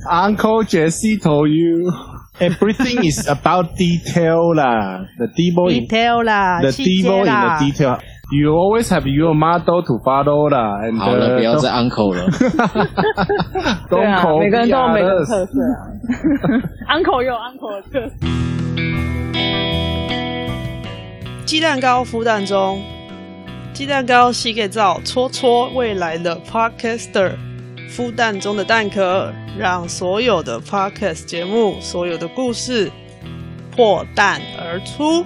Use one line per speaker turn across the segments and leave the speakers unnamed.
Uncle Jesse told you everything is about detail 啦 ，the devil in
detail 啦
，the devil in the detail. You always have your model to follow 啦。
好了，不要再 uncle 了。
对啊，每个人都有每个人的特色啊。uncle 有 uncle 的特色。
鸡蛋糕孵蛋中，鸡蛋糕洗给造戳戳未来的 podcaster， 孵蛋中的蛋壳，让所有的 podcast 节目，所有的故事破蛋而出。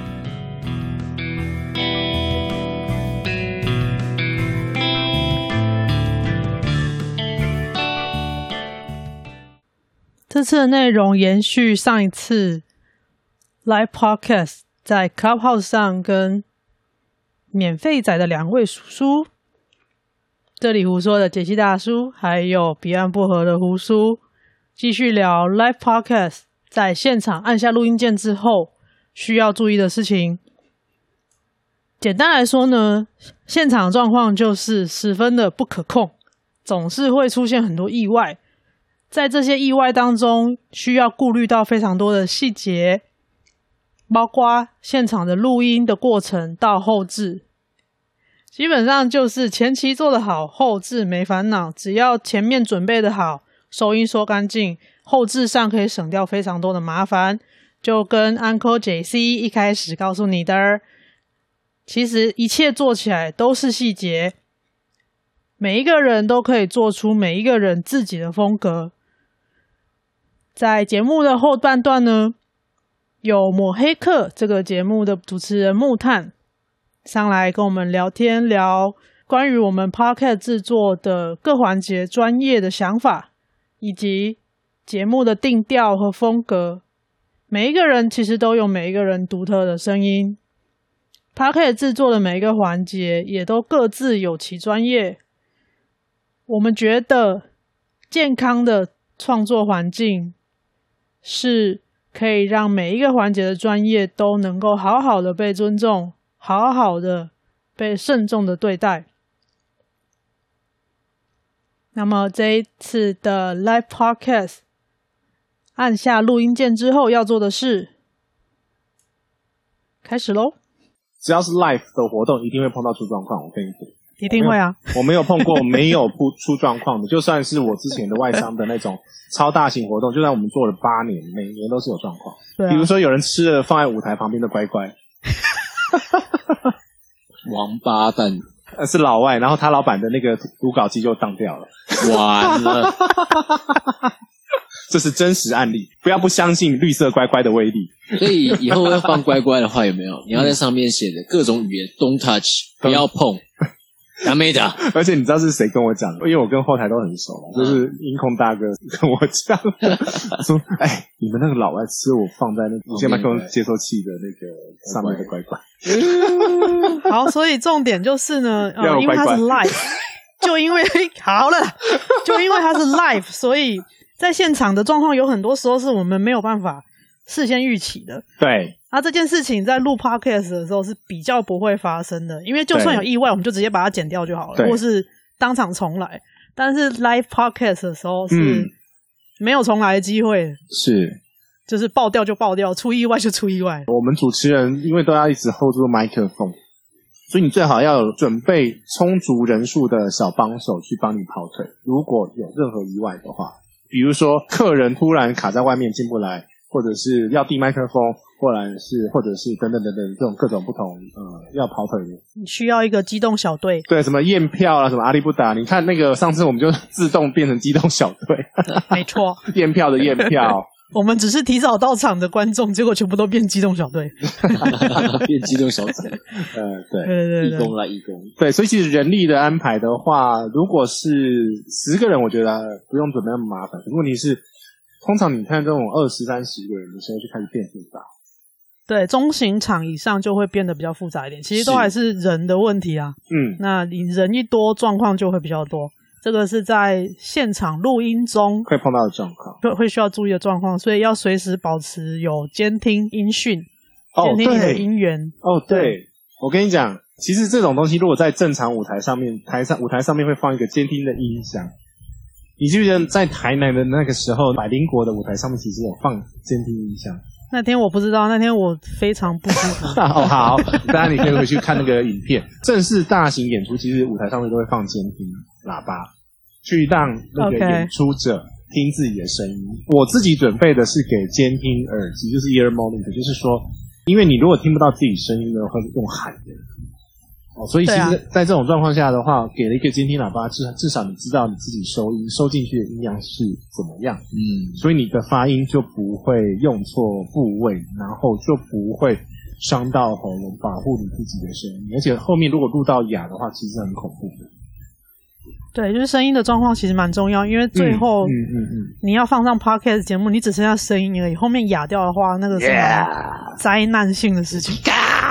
这次的内容延续上一次 Live Podcast 在 Clubhouse 上跟免费仔的两位叔叔，这里胡说的杰西大叔，还有彼岸薄荷的胡叔，继续聊 Live Podcast 在现场按下录音键之后需要注意的事情。简单来说呢，现场状况就是十分的不可控，总是会出现很多意外。在这些意外当中，需要顾虑到非常多的细节，包括现场的录音的过程到后制。基本上就是前期做得好，后制没烦恼，只要前面准备得好，收音收干净，后制上可以省掉非常多的麻烦。就跟 Uncle JC 一开始告诉你的，其实一切做起来都是细节，每一个人都可以做出每一个人自己的风格。在节目的后半段呢，有抹黑客这个节目的主持人木炭上来跟我们聊天，聊关于我们 Podcast 制作的各环节专业的想法，以及节目的定调和风格。每一个人其实都有每一个人独特的声音， Podcast 制作的每一个环节也都各自有其专业。我们觉得健康的创作环境是可以让每一个环节的专业都能够好好的被尊重，好好的被慎重的对待。那么这一次的 Live Podcast 按下录音键之后要做的事开始咯。
只要是 live 的活动一定会碰到出状况，我跟你讲
一定会啊！
我没有碰过没有出状况的，就算是我之前的外商的那种超大型活动，就算我们做了8年，每年都是有状况。
对啊，
比如说有人吃了放在舞台旁边的乖乖，
王八蛋，
是老外，然后他老板的那个读稿机就当掉了，
完了。
这是真实案例，不要不相信绿色乖乖的威力。
所以以后要放乖乖的话，有没有？你要在上面写的各种语言 ，Don't touch， 不要碰。达美达，
而且你知道是谁跟我讲的？因为我跟后台都很熟嘛，就是音控大哥跟我讲说：“哎，你们那个老外吃我放在那无线麦克风接收器的那个上面的乖乖。”
好，所以重点就是呢，因为它是 live， 就因为好了，就因为它是 live， 所以在现场的状况有很多时候是我们没有办法事先预期的。
对。
这件事情在录 podcast 的时候是比较不会发生的，因为就算有意外，我们就直接把它剪掉就好了，或是当场重来。但是 live podcast 的时候是没有重来的机会，
是，
就是爆掉就爆掉，出意外就出意外。
我们主持人因为都要一直 hold 住麦克风，所以你最好要有准备充足人数的小帮手去帮你跑腿。如果有任何意外的话，比如说客人突然卡在外面进不来，或者是要递麦克风，或者是等等这种各种不同要跑腿的，
你需要一个机动小队。
对，什么验票啦，什么阿里不达，你看那个上次我们就自动变成机动小队。
没错，验
票的验票。
我们只是提早到场的观众，结果全部都变机动小队。
变机动小队。
对，
义工啦，义工。
对，所以其实人力的安排的话，如果是10个人，我觉得不用准备那么麻烦。问题是通常你看这种20、30个人的时候就开始变复杂。
对，中型场以上就会变得比较复杂一点，其实都还是人的问题啊。那你人一多，状况就会比较多。这个是在现场录音中
会碰到的状况，
会需要注意的状况，所以要随时保持有监听音讯，监听你的音源。
对，我跟你讲，其实这种东西如果在正常舞台上面，舞台上面会放一个监听的音箱。 你记不记得在台南的那个时候，百灵国的舞台上面其实有放监听音箱？
那天我不知道，那天我非常不舒服。
哦，好，大家你可以回去看那个影片。正式大型演出，其实舞台上面都会放监听喇叭，去让那个演出者听自己的声音。我自己准备的是给监听耳机，就是 ear monitor， 就是说，因为你如果听不到自己声音呢，会用喊的。所以其实在这种状况下的话，给了一个监听喇叭，至少你知道你自己收进去的音量是怎么样，所以你的发音就不会用错部位，然后就不会伤到喉咙，保护你自己的声音。而且后面如果录到哑的话，其实很恐怖的。
对，就是声音的状况其实蛮重要，因为最后你要放上 podcast 节目，你只剩下声音而已，后面哑掉的话，那个是灾难性的事情。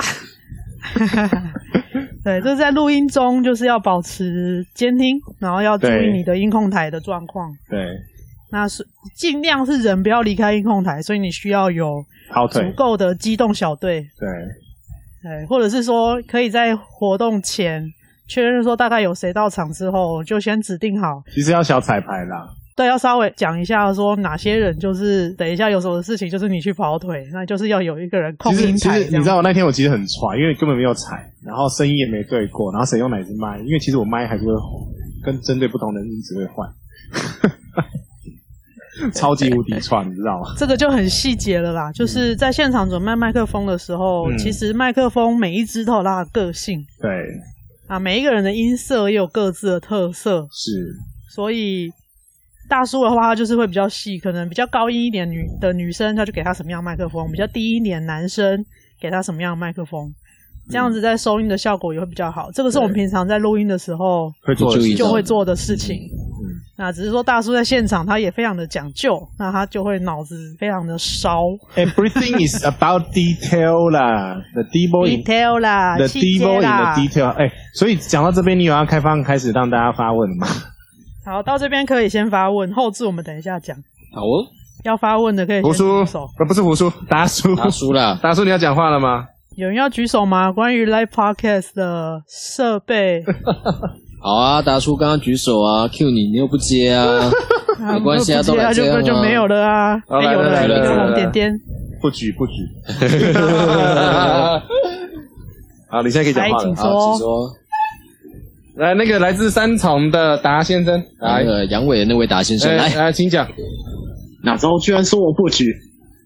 对，这在录音中就是要保持监听，然后要注意你的音控台的状况。
对，
那是尽量是人不要离开音控台，所以你需要有足够的机动小队。对，或者是说可以在活动前确认说大概有谁到场之后，就先指定好。
其实要小彩排啦。
对，要稍微讲一下说哪些人就是等一下有什么事情就是你去跑腿，那就是要有一个人控音台。
其实你知道我那天我其实很喘，因为根本没有踩，然后声音也没对过，然后谁用哪支麦，因为其实我麦还是会跟针对不同的音质会换。超级无敌喘，你知道吗？
这个就很细节了啦，就是在现场准备麦克风的时候，其实麦克风每一支都有它的个性。
对
啊，每一个人的音色也有各自的特色。
是，
所以大叔的话，他就是会比较细，可能比较高音一点的女生，他就给他什么样的麦克风；比较低一点男生给他什么样的麦克风，这样子在收音的效果也会比较好。这个是我们平常在录音的时候就会做的事情。那只是说大叔在现场他也非常的讲究，那他就会脑子非常的烧。
Everything is about detail 啦 ，the
detail 啦
，the devil in the detail。所以讲到这边，你有要开始让大家发问吗？
好，到这边可以先发问，后置我们等一下讲。
好哦，
要发问的可以先举手。
不是胡叔，达叔啦，达叔你要讲话了吗？
有人要举手吗？关于 Live Podcast 的设备。
好啊，达叔刚刚举手啊 ，Q 你又不接啊，没关系啊，都来这样啊，
就没有了啊，有了一个红点点，
不举。好，你现在可以讲话了，
请
说。
来，那个来自三重的达先生，
那个阳痿的那位达先生，
来，请讲。
哪周居然说我不举？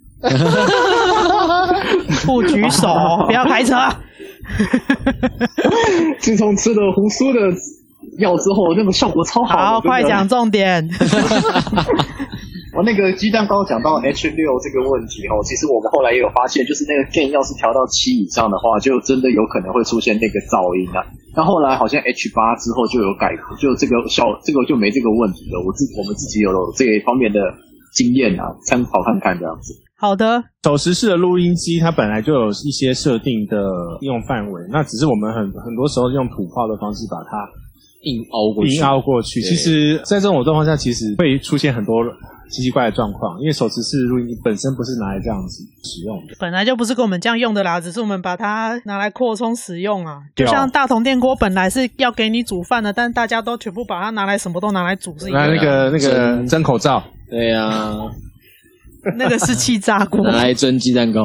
不举手，不要开车。
自从吃了胡苏的药之后，那个效果超好的。
好，快讲重点。
我那个鸡蛋糕讲到 H6 这个问题其实我们后来也有发现，就是那个 gain 要是调到7以上的话，就真的有可能会出现那个噪音啊。那后来好像 H8 之后就有改，就这个就没这个问题了。我们自己有这一方面的经验啊，参考看看这样子。
好的，
手持式的录音机它本来就有一些设定的应用范围，那只是我们很多时候用土炮的方式把它
硬凹过去。
其实在这种状况下，其实会出现很多奇奇怪的状况，因为手持式录音机本身不是拿来这样子使用的，
本来就不是跟我们这样用的啦，只是我们把它拿来扩充使用啊。就像大同电锅本来是要给你煮饭的，但大家都全部把它拿来什么都拿来煮是一样的。
那个蒸口罩，
对啊，
那个是气炸锅，
拿来蒸鸡蛋糕。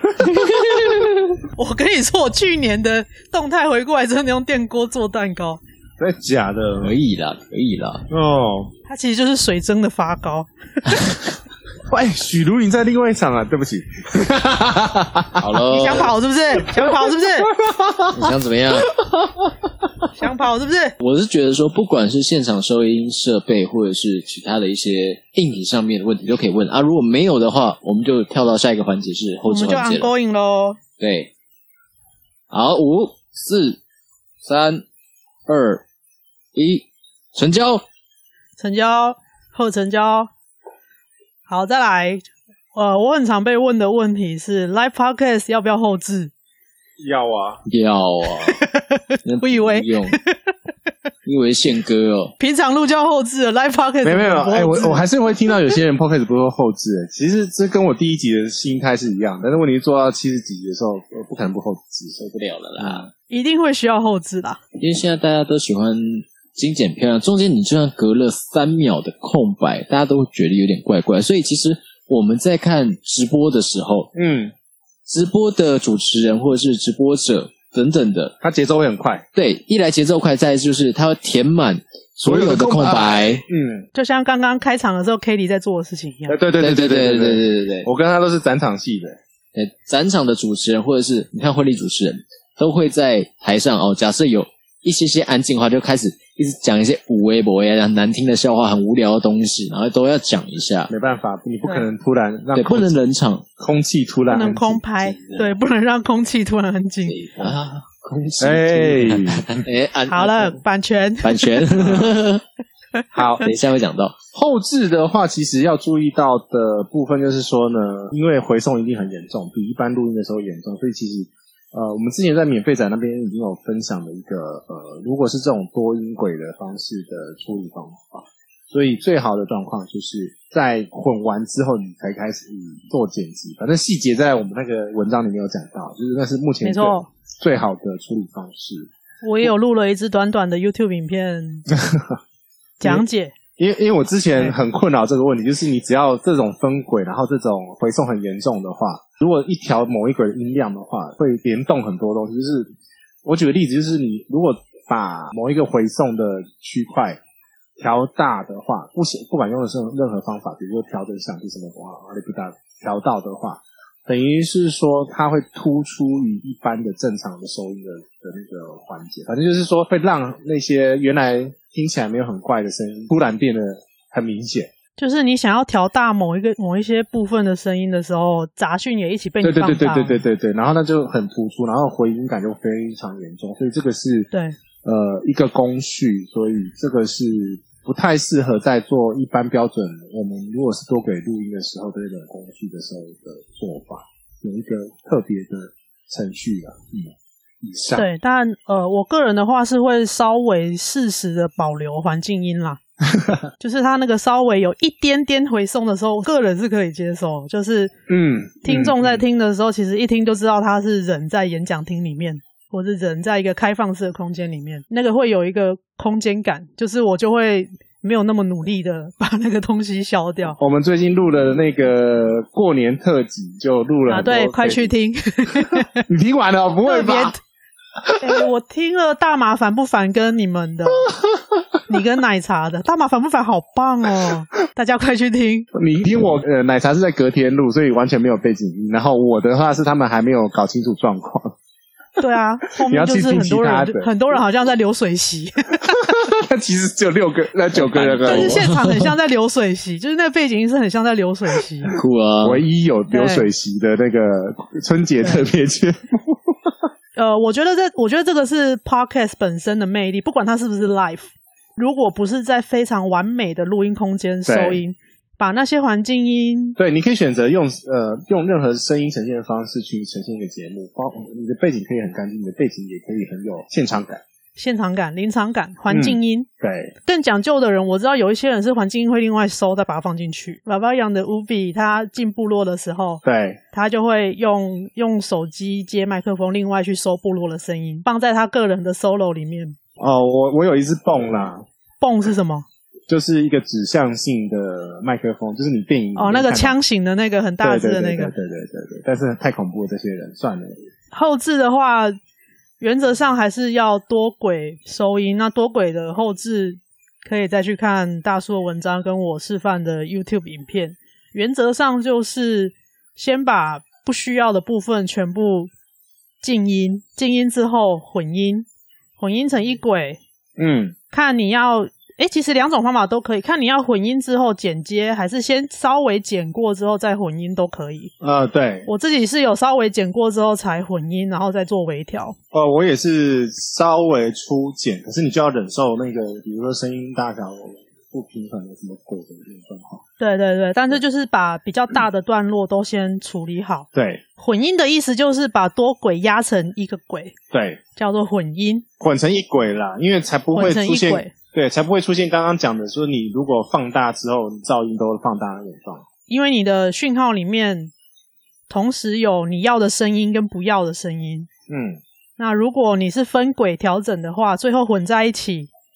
我跟你说，我去年的动态回顾还真的用电锅做蛋糕。
真的假的？
可以啦。
哦，
它其实就是水蒸的发糕。
许茹芸在另外一场啊，对不起。
好了，
你想跑是不是？
你想怎么样？
想跑是不是？
我是觉得说，不管是现场收音设备，或者是其他的一些硬体上面的问题，都可以问啊。如果没有的话，我们就跳到下一个环节，是后置环节了。
我们就 ongoing 咯。
对，好，5、4、3、2、1，成交，
后成交。好，再来。我很常被问的问题是 ，Live Podcast 要不要后置？
要啊。
我以为
用，你以为宪哥哦？
平常录就要后置了 ，Live Podcast
没有。我还是会听到有些人 Podcast 不会后置。其实这跟我第一集的心态是一样，但是问题做到70集的时候，不可能不后置，
受不了了啦。
一定会需要后置啦，
因为现在大家都喜欢精简漂亮，中间你就算隔了3秒的空白，大家都会觉得有点怪怪。所以其实我们在看直播的时候，直播的主持人或者是直播者等等的，
他节奏会很快。
对，一来节奏快，再来就是他会填满所有的空白。
就像刚刚开场的时候 Kelly 在做的事情一样。
对，我跟他都是展场戏的。
对，展场的主持人或者是你看婚礼主持人都会在台上假设有一些安静的话，就开始一直讲一些无微不微难听的笑话，很无聊的东西，然后都要讲一下。
没办法，你不可能突然让
不能冷场，
空气突然安静，
不能空拍，对，不能让空气突然安静
空气
好了，版权
好，
等一下会讲到
后置的话，其实要注意到的部分就是说呢，因为回送一定很严重，比一般录音的时候严重，所以其实我们之前在免费仔那边已经有分享了一个如果是这种多音轨的方式的处理方法，所以最好的状况就是在混完之后你才开始做剪辑，反正细节在我们那个文章里面有讲到，就是那是目前最好的处理方式。
我也有录了一支短短的 YouTube 影片讲解。
因为我之前很困扰这个问题，就是你只要这种分轨，然后这种回送很严重的话，如果一条某一轨的音量的话，会联动很多东西。就是我举个例子，就是你如果把某一个回送的区块调大的话，不管用的是任何方法，比如说调整响器什么的话，阿里不大调到的话，等于是说它会突出于一般的正常的收音的那个环节，反正就是说会让那些原来听起来没有很怪的声音突然变得很明显。
就是你想要调大某一些部分的声音的时候，杂讯也一起被你放大。
对，然后那就很突出，然后回音感就非常严重，所以这个是
对
一个工序，所以这个是不太适合在做一般标准我们如果是多轨录音的时候的那种工序的时候的做法，有一个特别的程序啦。以上
对，但我个人的话是会稍微适时的保留环境音啦。就是他那个稍微有一点点回送的时候，我个人是可以接受，就是听众在听的时候其实一听就知道他是人在演讲厅里面，或是人在一个开放式的空间里面，那个会有一个空间感，就是我就会没有那么努力的把那个东西消掉。
我们最近录了那个过年特辑，就录了很多
对，快去听。
你听完了？不会吧？
我听了大麻烦不烦跟你们的你跟奶茶的大麻烦不烦好棒哦，大家快去听。
你听我奶茶是在隔天录，所以完全没有背景音，然后我的话是他们还没有搞清楚状况。
对啊，后面就是很多人好像在流水席。
但其实只有9个人，
但是现场很像在流水席，就是那个背景音是很像在流水席。
酷啊！
唯一有流水席的那个春节特别节目。
我觉得这个是 podcast 本身的魅力，不管它是不是 live， 如果不是在非常完美的录音空间收音，把那些环境音，
对，你可以选择用任何声音呈现的方式去呈现一个节目，你的背景可以很干净，你的背景也可以很有现场感、
临场感、环境音。
对，
更讲究的人，我知道有一些人是环境音会另外收，再把它放进去。爸爸养的乌比，他进部落的时候，
对，
他就会用手机接麦克风，另外去收部落的声音，放在他个人的 solo 里面。
我有一支泵啦。
泵是什么？
就是一个指向性的麦克风，就是你电影
那个枪型的那个很大只的那个。
对，但是太恐怖了，这些人算了。
后置的话，原则上还是要多轨收音，那多轨的后置可以再去看大叔的文章跟我示范的 YouTube 影片。原则上就是先把不需要的部分全部静音，静音之后混音成一轨。看你要其实2种方法都可以，看你要混音之后剪接，还是先稍微剪过之后再混音都可以。
对，
我自己是有稍微剪过之后才混音，然后再做微调。
我也是稍微初剪，可是你就要忍受那个，比如说声音大小不平衡的什么轨的这种状况。对，
但是就是把比较大的段落都先处理好。
对，
混音的意思就是把多轨压成一个轨，对，叫做混音，
混成一轨啦，因为才不会出现。对，才不会出现刚刚讲的说你如果放大之后，你噪音都放大那种状况。因
为你的讯号里面同时有你要的声音跟不要的声音。那如果你是分轨调整的话，最后混在一起，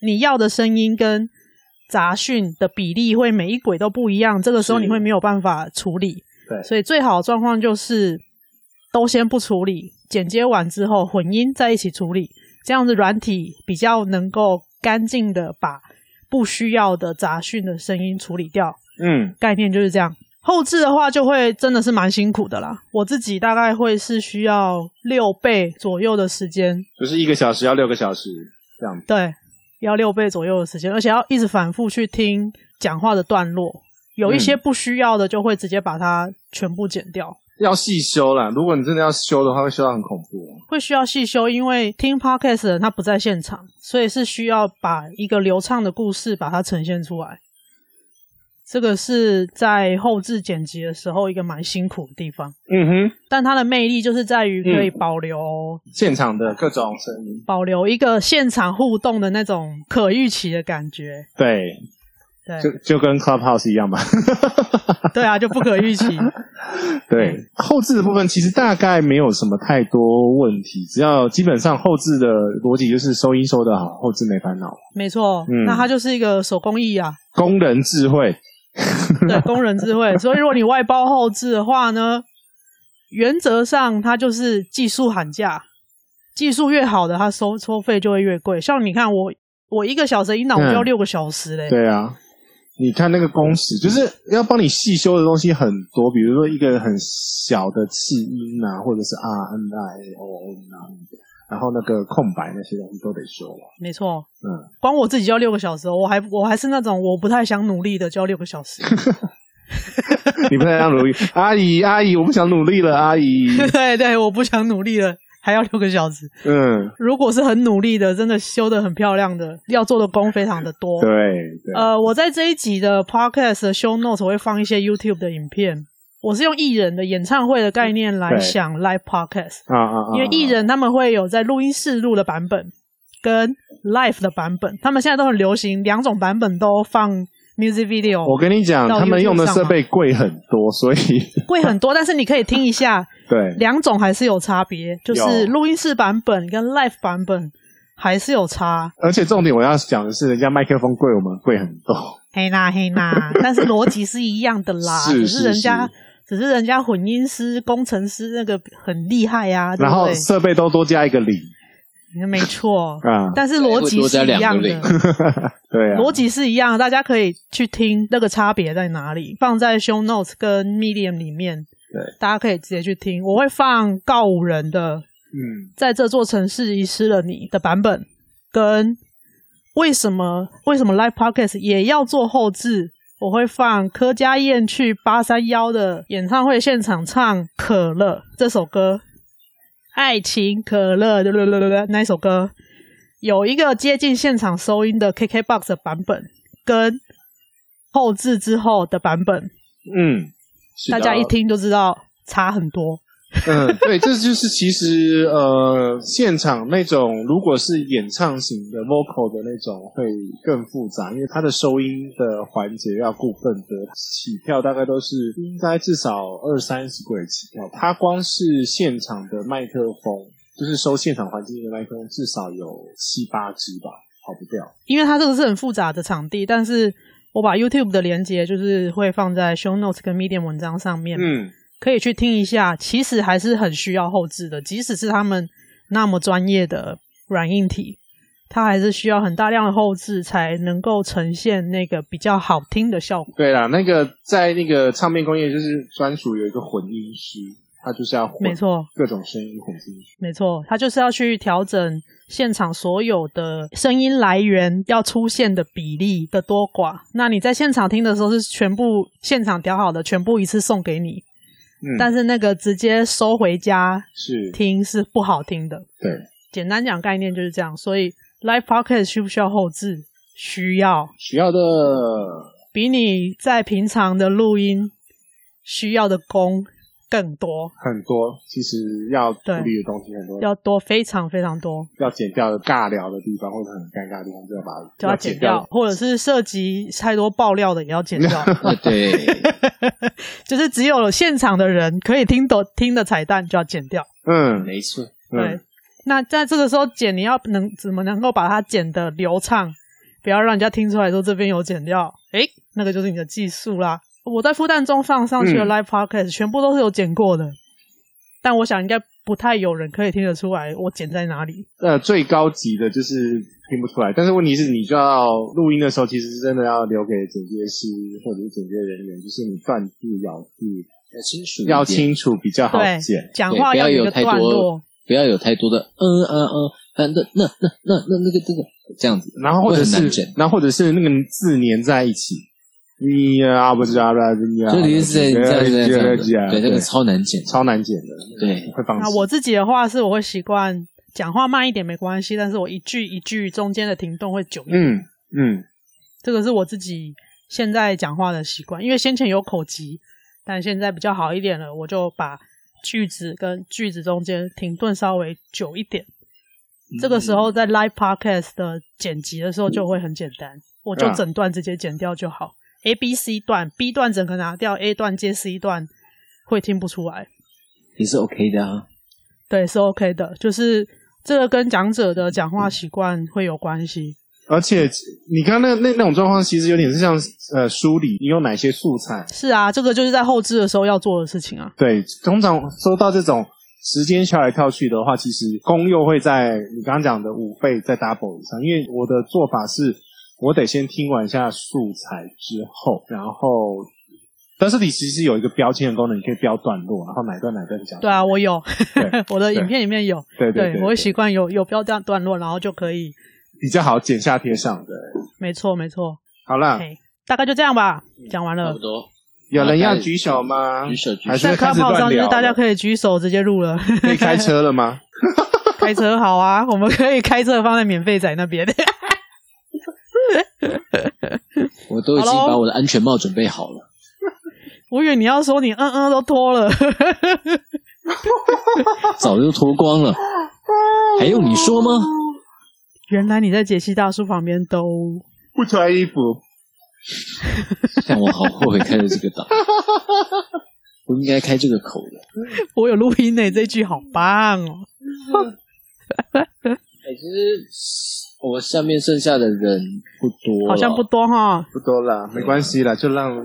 你要的声音跟杂讯的比例会每一轨都不一样，这个时候你会没有办法处理。
对，
所以最好的状况就是都先不处理，剪接完之后混音在一起处理，这样子软体比较能够干净的把不需要的杂讯的声音处理掉。概念就是这样。后制的话就会真的是蛮辛苦的啦，我自己大概会是需要6倍左右的时间，
就是1个小时要6个小时这样子。
对，要6倍左右的时间，而且要一直反复去听讲话的段落，有一些不需要的就会直接把它全部剪掉。
要细修啦，如果你真的要修的话会修到很恐怖。
会需要细修，因为听 podcast 的人他不在现场，所以是需要把一个流畅的故事把它呈现出来。这个是在后制剪辑的时候一个蛮辛苦的地方。但它的魅力就是在于可以保留
现场的各种声音，
保留一个现场互动的那种可预期的感觉。
对，就跟 Clubhouse 一样吧。
对啊，就不可预期。
对，后制的部分其实大概没有什么太多问题，只要基本上后制的逻辑就是收音收得好，后制没烦恼。
没错，那它就是一个手工艺啊，
工人智慧。
对，工人智慧。所以如果你外包后制的话呢，原则上它就是技术喊价，技术越好的它收费就会越贵。像你看我1个小时的音档我就要6个小时嘞。
对啊，你看那个工时，就是要帮你细修的东西很多，比如说一个很小的气音啊，或者是 R、N、I、O、N 啊，然后那个空白那些东西都得修。
没错，光我自己就要6个小时，我还是那种我不太想努力的，就要6个小时。
你不太想努力，阿姨，我不想努力了，阿姨。
对，我不想努力了，还要6个小时。如果是很努力的，真的修得很漂亮的，要做的工非常的多。
对，
我在这一集的 podcast 的 show notes 我会放一些 YouTube 的影片。我是用艺人的演唱会的概念来想 live podcast，因为艺人他们会有在录音室录的版本跟 live 的版本，他们现在都很流行2种版本都放 music video。
我跟你讲，他们用的设备贵很多，所以
贵很多，但是你可以听一下，
对
，2种还是有差别，就是录音室版本跟 live 版本还是有差。
而且重点我要讲的是，人家麦克风贵我们贵很多。
嘿啦，但是逻辑是一样的啦，只是人家混音师、工程师那个很厉害啊，对不对？
然后设备都多加一个零，
没错但是逻辑是一样的。
对啊，
逻辑是一样的，大家可以去听那个差别在哪里，放在 show notes 跟 medium 里面，
对，
大家可以直接去听。我会放告五人的在这座城市遗失了你的版本，跟为什么 live podcast 也要做后制，我会放柯佳燕去831的演唱会现场唱可乐这首歌，爱情可乐那一首歌，有一个接近现场收音的 KKBOX 的版本跟后制之后的版本，大家一听就知道差很多。
对，这就是其实现场那种如果是演唱型的 vocal 的那种会更复杂，因为它的收音的环节要顾更多，起跳大概都是应该至少20-30轨起跳，它光是现场的麦克风，就是收现场环境的麦克风至少有7-8支吧，跑不掉。因为
它这个是很复杂的场地，但是我把 YouTube 的连结就是会放在 show notes 跟 medium 文章上面，可以去听一下，其实还是很需要后制的，即使是他们那么专业的软硬体，它还是需要很大量的后制才能够呈现那个比较好听的效果。
对啦，那个在那个唱片工业就是专属有一个混音师，他就是要混，
没错，
各种声音混进去，
没错，他就是要去调整现场所有的声音来源要出现的比例的多寡。那你在现场听的时候是全部现场调好的，全部一次送给你。但是那个直接收回家听是不好听的。
对，
简单讲概念就是这样。所以 live podcast 需不需要后制？需要
的，
比你在平常的录音需要的工更多
很多。其实要处理的东西很多，
要多，非常非常多。
要剪掉的尬聊的地方或者很尴尬的地方就
要剪掉，或者是涉及太多爆料的也要剪掉。
对，
就是只有现场的人可以听的彩蛋就要剪掉。
没错。
对，那在这个时候剪，你要怎么能够把它剪得流畅？ 不要让人家听出来说这边有剪掉，那个就是你的技术啦。我在复旦中上去的 live podcast 全部都是有剪过的，但我想应该不太有人可以听得出来我剪在哪里。
最高级的就是听不出来，但是问题是你就要录音的时候，其实真的要留给剪接师或者是剪接人员，就是你断字咬字要清楚比较好剪，
讲话要有一个段落，
不要有太多的那个这样子，
然后或者是然后或者是那个字连在一起，你啊不知道啦，
这里是这样，对，那个超难剪的，对，
会放弃。
那我自己的话是我会习惯讲话慢一点没关系，但是我一句一句中间的停顿会久一点。这个是我自己现在讲话的习惯，因为先前有口疾，但现在比较好一点了，我就把句子跟句子中间停顿稍微久一点。这个时候在 live podcast 的剪辑的时候就会很简单，我就整段直接剪掉就好。A B C 段 B 段整个拿掉， A 段接 C 段会听不出来，
也是 OK 的啊。
对，是 OK 的，就是这个跟讲者的讲话习惯会有关系。
而且你刚刚那种状况其实有点是像梳理你有哪些素材。
是啊，这个就是在后制的时候要做的事情啊。
对，通常收到这种时间跳来跳去的话，其实功又会在你刚刚讲的5倍再 double 以上。因为我的做法是我得先听完一下素材之后，然后但是你其实有一个标签的功能，你可以标段落，然后哪段讲。
对啊，我有我的影片里面有。对，我会习惯有标段落，然后就可以
比较好剪下贴上的。
没错
好啦，
大概就这样吧，讲完了。
差不多。
有人要举手吗？
举手
还是开始乱聊了？
上就是大家可以举手直接录了。
可以开车了吗？
开车好啊，我们可以开车放在免费仔那边。
我都已经把我的安全帽准备好了。
我以为你要说你都脱了。
早就脱光了，还用你说吗？
原来你在解析大叔旁边都
不穿衣服。
但我好后悔开了这个档，不应该开这个口的。
我有录音呢，这句好棒哦。
其实我下面剩下的人不多，
好像不多哈，
不多啦，没关系啦，就让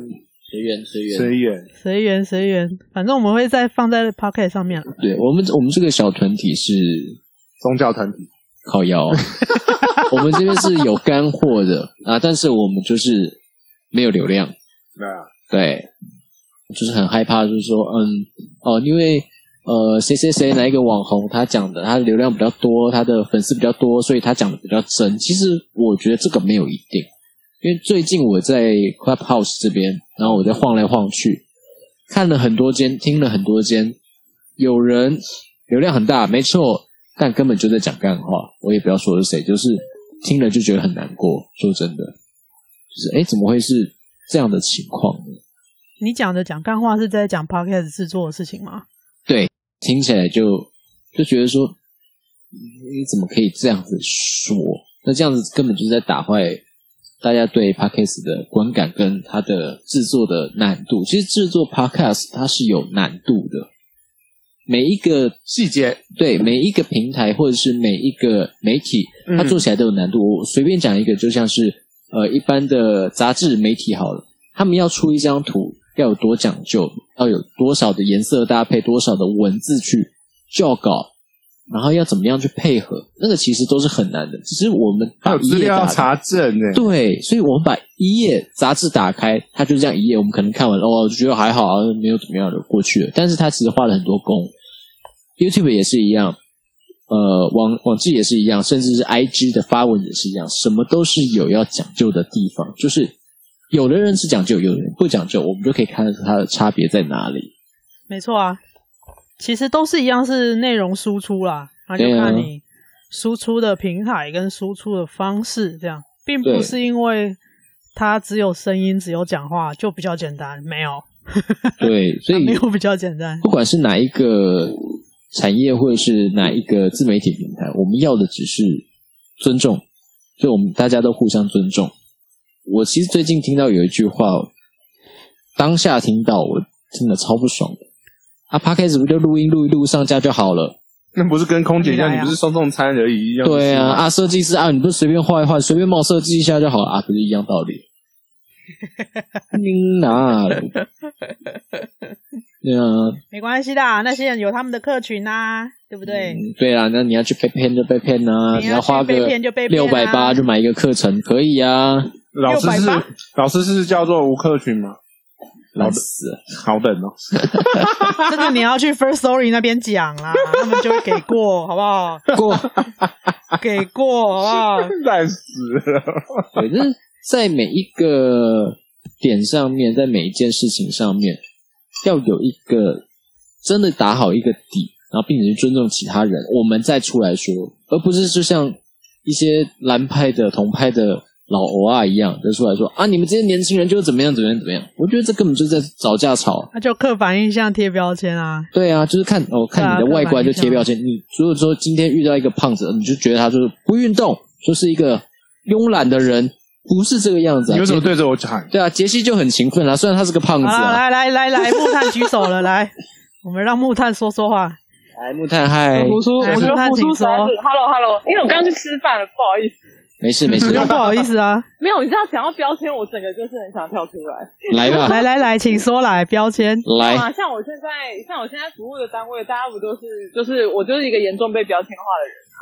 随缘，
反正我们会再放在 Podcast 上面。
对，我们这个小团体是
宗教团体，
靠腰。我们这边是有干货的啊，但是我们就是没有流量。对，就是很害怕，就是说因为谁哪一个网红他讲的，他的流量比较多，他的粉丝比较多，所以他讲的比较真。其实我觉得这个没有一定，因为最近我在 Clubhouse 这边，然后我在晃来晃去，看了很多间，听了很多间，有人流量很大，没错，但根本就在讲干话。我也不要说是谁，就是听了就觉得很难过。说真的，就是怎么会是这样的情况呢？
你讲的讲干话是在讲 Podcast 制作的事情吗？
对，听起来就觉得说你怎么可以这样子说？那这样子根本就是在打坏大家对 Podcast 的观感跟它的制作的难度。其实制作 Podcast 它是有难度的，每一个
细节，
对，每一个平台或者是每一个媒体，它做起来都有难度。我随便讲一个，就像是一般的杂志媒体好了，他们要出一张图要有多讲究，要有多少的颜色搭配，多少的文字去校稿，然后要怎么样去配合，那个其实都是很难的。只是我们把一页
资料要查证耶，
对，所以我们把一页杂志打开，它就这样一页，我们可能看完就觉得还好啊，没有怎么样的过去了。但是它其实花了很多功。YouTube 也是一样，网志也是一样，甚至是 IG 的发文也是一样，什么都是有要讲究的地方。就是有的人是讲究，有的人不讲究，我们就可以看得出它的差别在哪里。
没错啊，其实都是一样，是内容输出啦，那就看你输出的平台跟输出的方式，这样，并不是因为它只有声音只有讲话就比较简单，没有。
对，所以
没有比较简单。
不管是哪一个产业或者是哪一个自媒体平台，我们要的只是尊重，所以我们大家都互相尊重。我其实最近听到有一句话，当下听到我听得超不爽的。Podcast 不就录音录一录上架就好了？
那不是跟空姐一样，你不是送餐而已一样？
对啊，设计师啊，你不是随便画一画，随便帮我设计一下就好了啊，不是一样道理？你哪？对啊，
没关系的，那些人有他们的客群啊，对不对？
对啊，那你要去被骗就被骗啊，你要花个680就买一个课程，可以啊。
老师是叫做无客群吗？
烂死了，
好冷哦！
这个你要去 First Story 那边讲啦，他们就会给过，好不好？给过，好不好？
烂死了！
对，就是在每一个点上面，在每一件事情上面，要有一个真的打好一个底，然后并且尊重其他人，我们再出来说，而不是就像一些蓝派的、同派的老欧啊一样，就出来说啊，你们这些年轻人就是怎么样怎么样怎么样。我觉得这根本就是在找架吵。
那就刻板印象贴标签啊。
对啊，就是看你的外观就贴标签。你如果说今天遇到一个胖子，你就觉得他就是不运动，就是一个慵懒的人，不是这个样子啊。
你为什么对着我喊？
对啊，杰西就很勤奋啦，虽然他是个胖子啊。
来，木炭举手了，来，我们让木炭说话。
来，木炭嗨。
我觉得辅助实在是 ，Hello， 因为我刚刚去吃饭了，不好意思。
没事，
不好意思啊。
没有，你知道讲到标签，我整个就是很想跳出来。
来吧，
来，请说来标签。
来，
像我现在服务的单位，大家不都是就是我就是一个严重被标签化的人啊。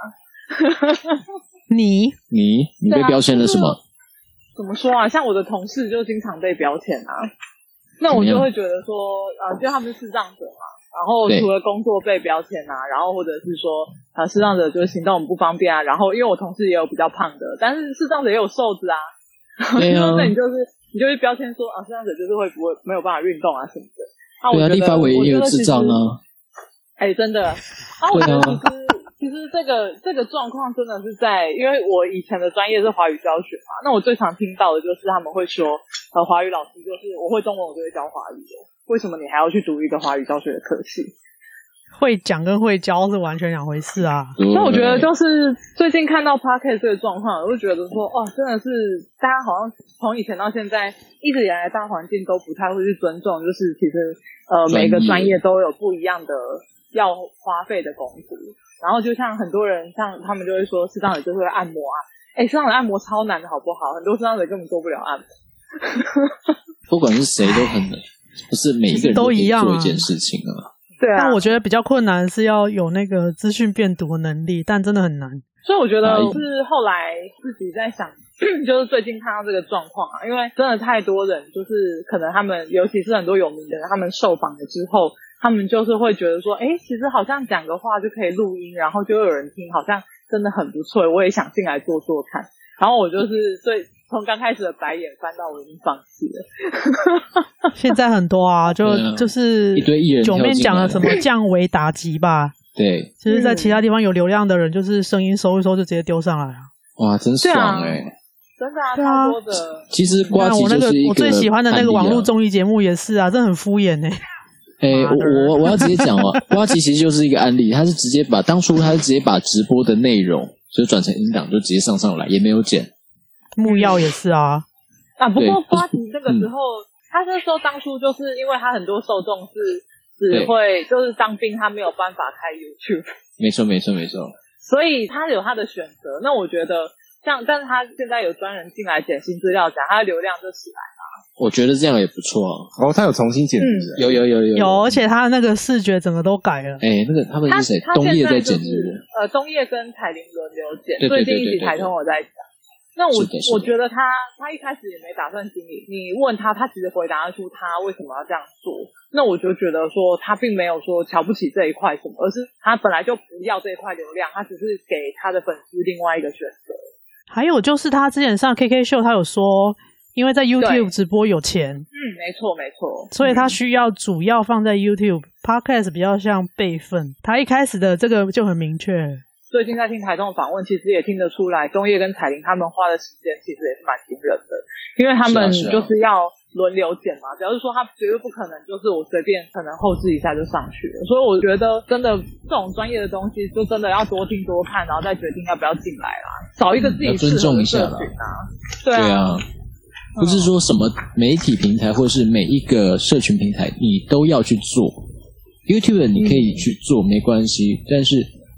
你被标签了什么？
怎么说啊？像我的同事就经常被标签啊，那我就会觉得说，就他们是视障者嘛。然后除了工作被标签啊，然后或者是说视障者就是行动很不方便啊，然后因为我同事也有比较胖的，但是视障者也有瘦子啊，
对啊，
那你就会标签说视障者就是不会没有办法运动啊什么的。
对啊，立法委员也有智障啊。
真的。我觉得其实这个状况真的是因为我以前的专业是华语教学嘛，那我最常听到的就是他们会说华语老师就是我会中文我就会教华语的，为什么你还要去读一个华语教学的科系？
会讲跟会教是完全两回事啊。
所以我觉得就是最近看到 Podcast 这个状况，我就觉得说真的是大家好像从以前到现在一直以来大环境都不太会去尊重，就是其实每个专业都有不一样的要花费的功夫。然后就像很多人像他们就会说视障者就会按摩啊，视障者按摩超难的好不好？很多视障者根本做不了按摩。
不管是谁都很难，不是每一个人都可以做一件事情啊。
对啊，
但我觉得比较困难是要有那个资讯辨读的能力，但真的很难。
所以我觉得是后来自己在想，就是最近看到这个状况啊，因为真的太多人，就是可能他们尤其是很多有名的人，他们受访了之后，他们就是会觉得说，其实好像讲个话就可以录音，然后就有人听，好像真的很不错，我也想进来做做看。然后我就是从刚开始的白眼翻到我已经放弃了。
现在很多啊，就是
一堆艺人
九面讲了什么降维打击吧。
对，
就是在其他地方有流量的人，就是声音收一收就直接丢上来啊。
哇，真爽
真的超多的。
其实呱吉就是一个
我最喜欢的那个网络综艺节目也是啊，这很敷衍
我要直接讲呱吉其实就是一个案例，他是直接当初他是直接把直播的内容就转成音档，就直接上来，也没有剪。
木曜也是啊。
不过呱吉那个时候，他那时候当初就是因为他很多受众是只会就是当兵，他没有办法开 YouTube。没错。所以他有他的选择。那我觉得但是他现在有专人进来剪新资料夹，他的流量就起来了。
我觉得这样也不错啊。
他有重新剪辑。
有，
而且他那个视觉整个都改了。
那个他们是谁？东叶在剪辑。
东叶跟彩铃轮流剪，
对，
最近一起台通我在讲。那我觉得他一开始也没打算经营，你问他其实回答出他为什么要这样做。那我就觉得说他并没有说瞧不起这一块什么，而是他本来就不要这一块流量，他只是给他的粉丝另外一个选择。
还有就是他之前上 KK 秀，他有说因为在 YouTube 直播有钱。
没错。
所以他需要主要放在 YouTube， Podcast 比较像备份。他一开始的这个就很明确。
最近在听台中的访问，其实也听得出来，东叶跟彩铃他们花的时间其实也是蛮惊人的，因为他们就是要轮流剪嘛，表示说他绝对不可能就是我随便可能后置一下就上去了。所以我觉得真的这种专业的东西，就真的要多听多看，然后再决定要不要进来啦，找一个自己适合的社群啊。对啊，
不是说什么媒体平台或是每一个社群平台你都要去做，YouTube 你可以去做没关系，但是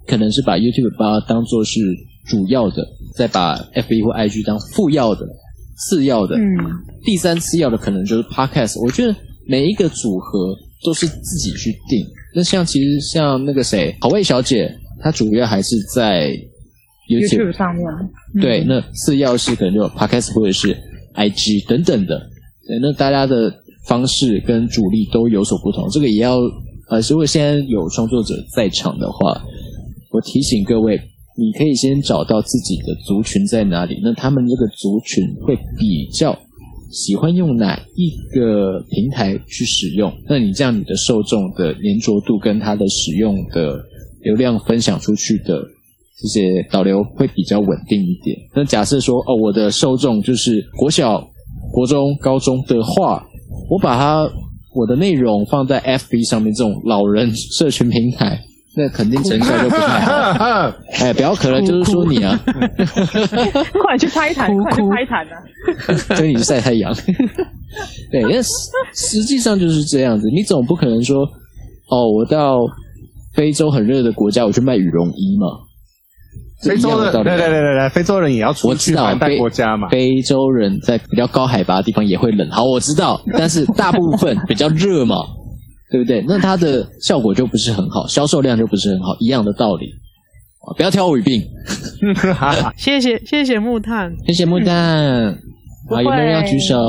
可能是把 YouTube 把它当作是主要的，再把 FB 或 IG 当副要的、次要的，第三次要的可能就是 Podcast。我觉得每一个组合都是自己去定。那其实像那个谁，好味小姐，她主要还是在 YouTube
上面。
对，那次要是可能就 Podcast 或者是 IG 等等的。对，那大家的方式跟主力都有所不同，这个也要如果现在有创作者在场的话，我提醒各位，你可以先找到自己的族群在哪里，那他们这个族群会比较喜欢用哪一个平台去使用，那你这样你的受众的粘着度跟他的使用的流量分享出去的这些导流会比较稳定一点。那假设说我的受众就是国小、国中、高中的话，我把我的内容放在 FB 上面这种老人社群平台，那肯定成效就不太好。不要可能就是说你啊，
快去拍坛，快去拍坛啊！
所以你去晒太阳。对，那实际上就是这样子，你总不可能说我到非洲很热的国家，我去卖羽绒衣嘛。
非洲人，对，非洲人也要出去反带国家嘛。
非洲人在比较高海拔的地方也会冷，好，我知道，但是大部分比较热嘛，对不对？那它的效果就不是很好，销售量就不是很好，一样的道理。不要挑我语病。
谢谢木炭，
谢谢木炭。好，有没有人要举手？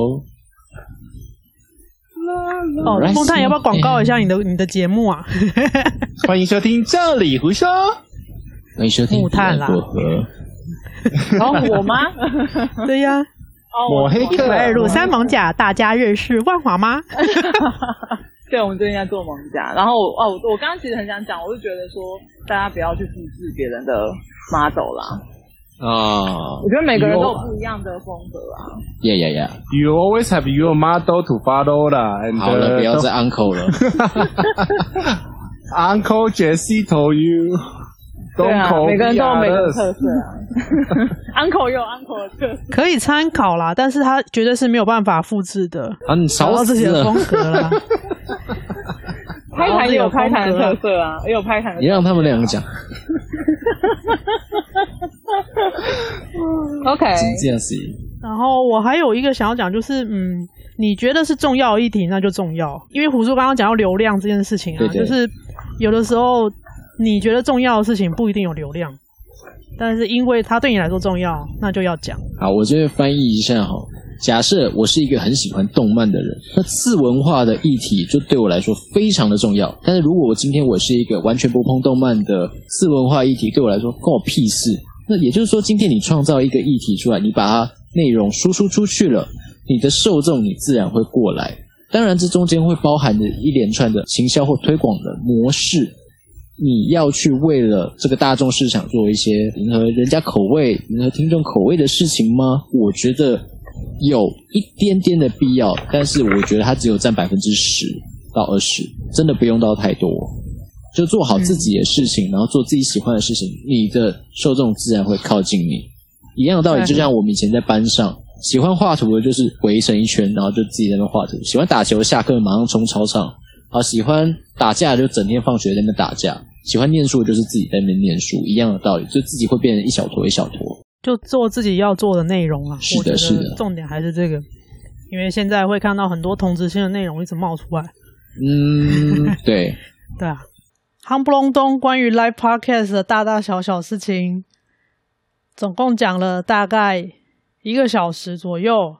木炭要不要广告一下你的节目啊？
欢迎收听这里胡说。
欢迎收听
木炭啦。
我吗？
对呀。
抹黑客。
乳山蒙甲，大家认识万华吗？
对，我们最近在做蒙甲。然后我刚刚其实很想讲，我就觉得说大家不要去复制别人的 model 啦。我觉得每个人都有不一样的风格啊。
Yeah.
You always have your model to follow 啦。
好了，不要再 uncle 了。
Uncle Jesse told you。
对啊，每个人都有每个人的特色啊。Uncle 有 Uncle 的特色，
可以参考啦，但是他绝对是没有办法复制的。
你少
到自己的风格啦。
拍坛也有拍坛的特色啊，也有拍坛的特色。
你让他们两个讲。
OK，
这样子。
然后我还有一个想要讲，就是你觉得是重要的议题，那就重要。因为胡叔刚刚讲到流量这件事情啊，
对
就是有的时候。你觉得重要的事情不一定有流量，但是因为它对你来说重要，那就要讲。
好，我这边翻译一下哈。假设我是一个很喜欢动漫的人，那次文化的议题就对我来说非常的重要。但是如果今天我是一个完全不碰动漫的次文化议题，对我来说关我屁事。那也就是说，今天你创造一个议题出来，你把它内容输出出去了，你的受众你自然会过来。当然，这中间会包含着一连串的行销或推广的模式。你要去为了这个大众市场做一些迎合人家口味、迎合听众口味的事情吗？我觉得有一点点的必要，但是我觉得它只有占 10% 到 20%， 真的不用到太多。就做好自己的事情，然后做自己喜欢的事情，你的受众自然会靠近你。一样的道理，就像我们以前在班上，喜欢画图的就是围成一圈，然后就自己在那边画图；喜欢打球，下课马上冲操场。好，喜欢打架就整天放学在那边打架，喜欢念书就是自己在那边念书，一样的道理，就自己会变成一小坨一小坨，就
做自己要做的内容啊。
是的，是的，
重点还是这个，因为现在会看到很多同质性的内容一直冒出来。
对，
对啊，夯不隆咚关于 Live Podcast 的大大小小事情，总共讲了大概1个小时左右。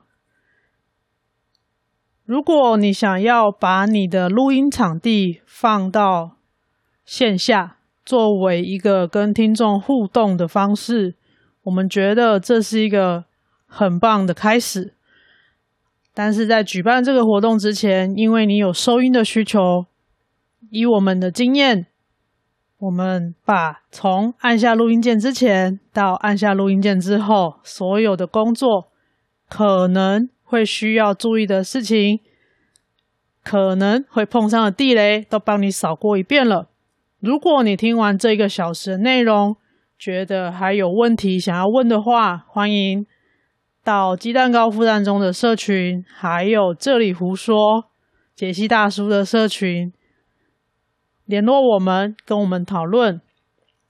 如果你想要把你的录音场地放到线下，作为一个跟听众互动的方式，我们觉得这是一个很棒的开始。但是在举办这个活动之前，因为你有收音的需求，以我们的经验，我们把从按下录音键之前到按下录音键之后，所有的工作可能会需要注意的事情，可能会碰上的地雷都帮你扫过一遍了。如果你听完这1个小时的内容，觉得还有问题想要问的话，欢迎到鸡蛋糕孵蛋中的社群，还有这里胡说解析大叔的社群联络我们，跟我们讨论。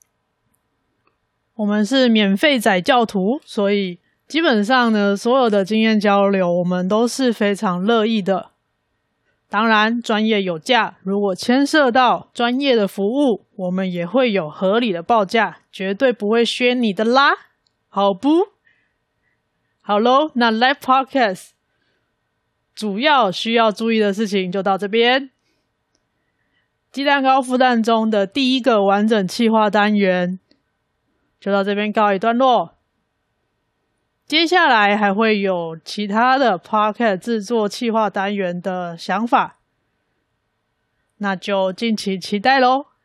我们是免费仔教徒，所以基本上呢，所有的经验交流我们都是非常乐意的。当然，专业有价，如果牵涉到专业的服务，我们也会有合理的报价，绝对不会削你的啦，好不？好咯，那 Live Podcast 主要需要注意的事情就到这边。鸡蛋糕孵蛋中的第一个完整企划单元就到这边告一段落。接下来还会有其他的 Podcast 制作企划单元的想法，那就敬请期待咯。